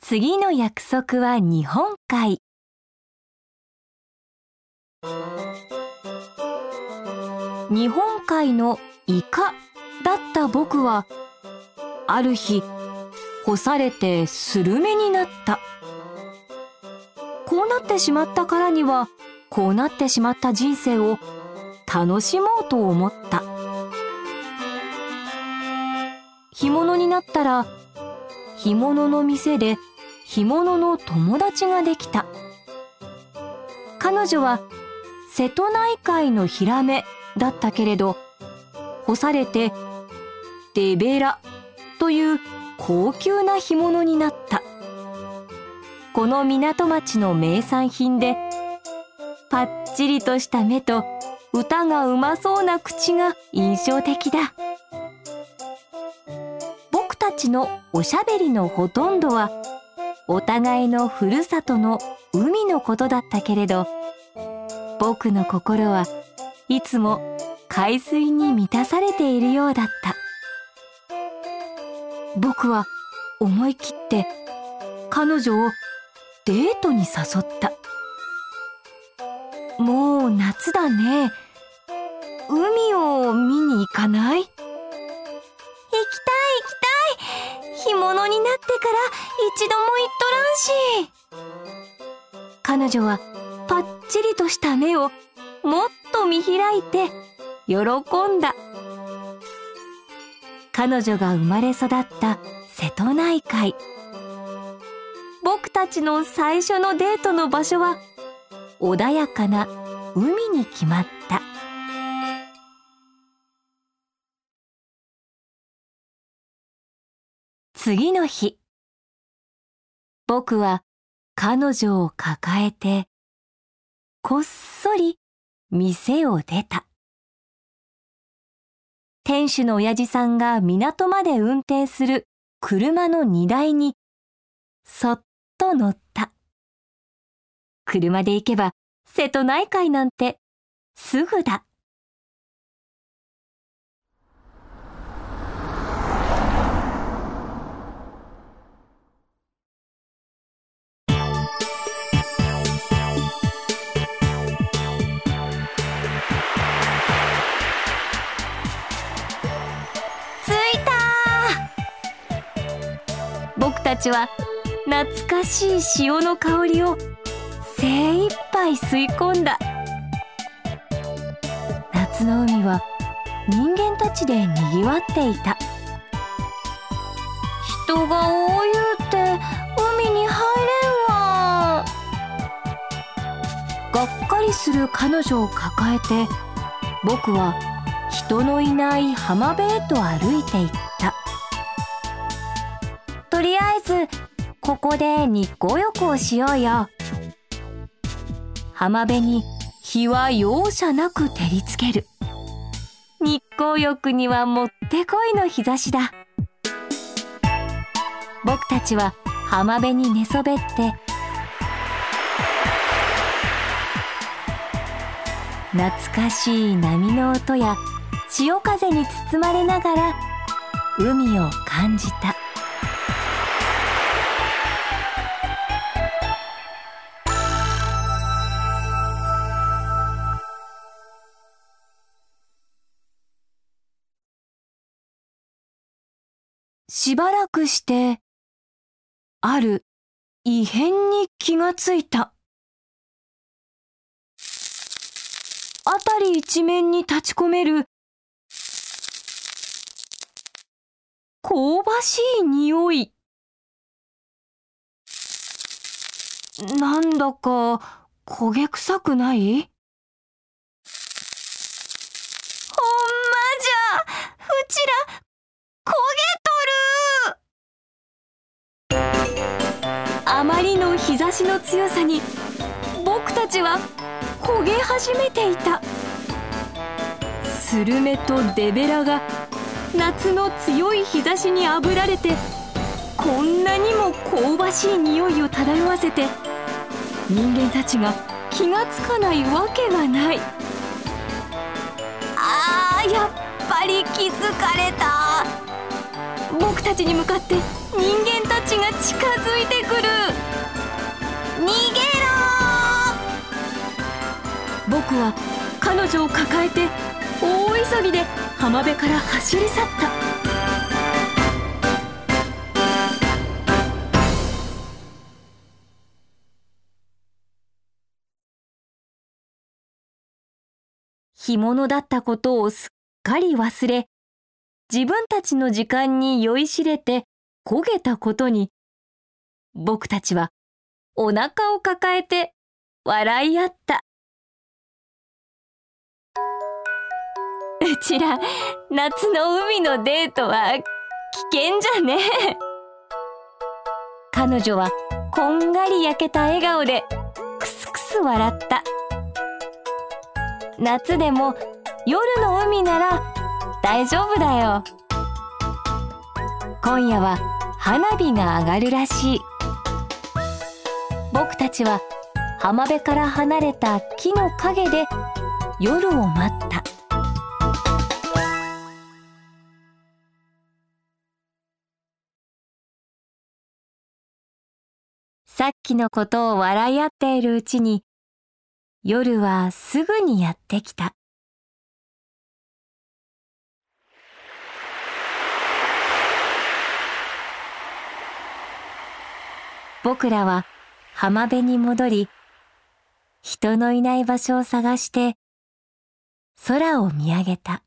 次の約束は日本海。日本海のイカだった僕は、ある日干されてスルメになった。こうなってしまったからには、こうなってしまった人生を楽しもうと思った。干物になったら、干物の店で干物の友達ができた。彼女は瀬戸内海のヒラメだったけれど、干されてデベラという高級な干物になった。この港町の名産品で、パッチリとした目と歌がうまそうな口が印象的だ。僕たちのおしゃべりのほとんどは、お互いのふるさとの海のことだったけれど、僕の心はいつも海水に満たされているようだった。僕は思い切って彼女をデートに誘った。もう夏だね。海を見に行かない？行きたい行きたい。干物になってから一度も行っとらんし。彼女はパッチリとした目をもっと見開いて喜んだ。彼女が生まれ育った瀬戸内海。僕たちの最初のデートの場所は穏やかな海に決まった。次の日、僕は彼女を抱えてこっそり店を出た。店主の親父さんが港まで運転する車の荷台にそっと乗った。車で行けば瀬戸内海なんてすぐだ。僕たちは懐かしい潮の香りを精一杯吸い込んだ。夏の海は人間たちでにぎわっていた。人が多ゆうて海に入れんわ。がっかりする彼女を抱えて、僕は人のいない浜辺へと歩いていった。とりあえずここで日光浴をしようよ。浜辺に日は容赦なく照りつける。日光浴にはもってこいの日差しだ。僕たちは浜辺に寝そべって、懐かしい波の音や潮風に包まれながら海を感じた。しばらくして、ある異変に気がついた。辺り一面に立ち込める香ばしい匂い。なんだか焦げ臭くない？ほんまじゃ、うちら焦げとる。あまりの日差しの強さに僕たちは焦げ始めていた。スルメとデベラが夏の強い日差しにあぶられて、こんなにも香ばしい匂いを漂わせて、人間たちが気がつかないわけがない。やっぱり気づかれた。僕たちに向かって人間たちが近づいてくる。 は彼女を抱えて大急ぎで浜辺から走り去った。干物だったことをすっかり忘れ、自分たちの時間に酔いしれて焦げたことに、僕たちはお腹を抱えて笑い合った。うちら夏の海のデートは危険じゃね。彼女はこんがり焼けた笑顔でクスクス笑った。夏でも夜の海なら大丈夫だよ。今夜は花火が上がるらしい。僕たちは浜辺から離れた木の陰で夜を待った。さっきのことを笑い合っているうちに、夜はすぐにやってきた。僕らは浜辺に戻り、人のいない場所を探して空を見上げた。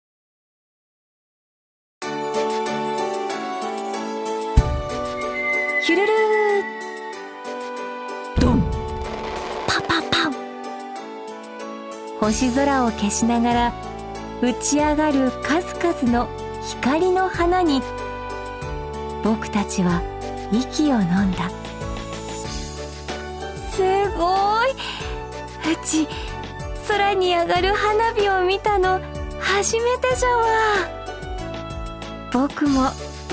ヒュルルー、ドン、パパパン。星空を消しながら打ち上がる数々の光の花に、僕たちは息を飲んだ。すごい！うち空に上がる花火を見たの初めてじゃわ。僕も。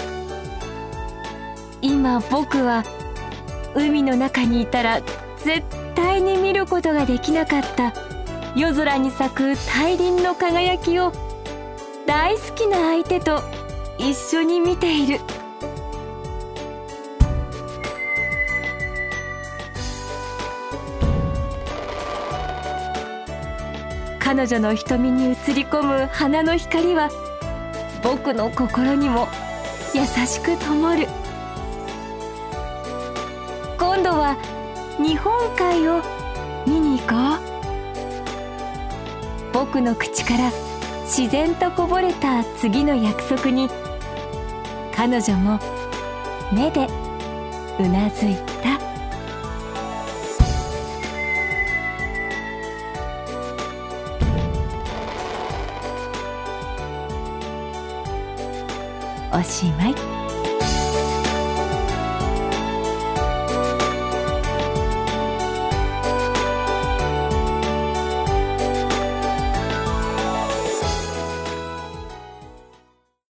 今僕は海の中にいたら絶対に見ることができなかった夜空に咲く大輪の輝きを大好きな相手と一緒に見ている。彼女の瞳に映り込む花の光は僕の心にも優しく灯る。今度は日本海を見に行こう。僕の口から自然とこぼれた次の約束に、彼女も目でうなずいた。おしまい。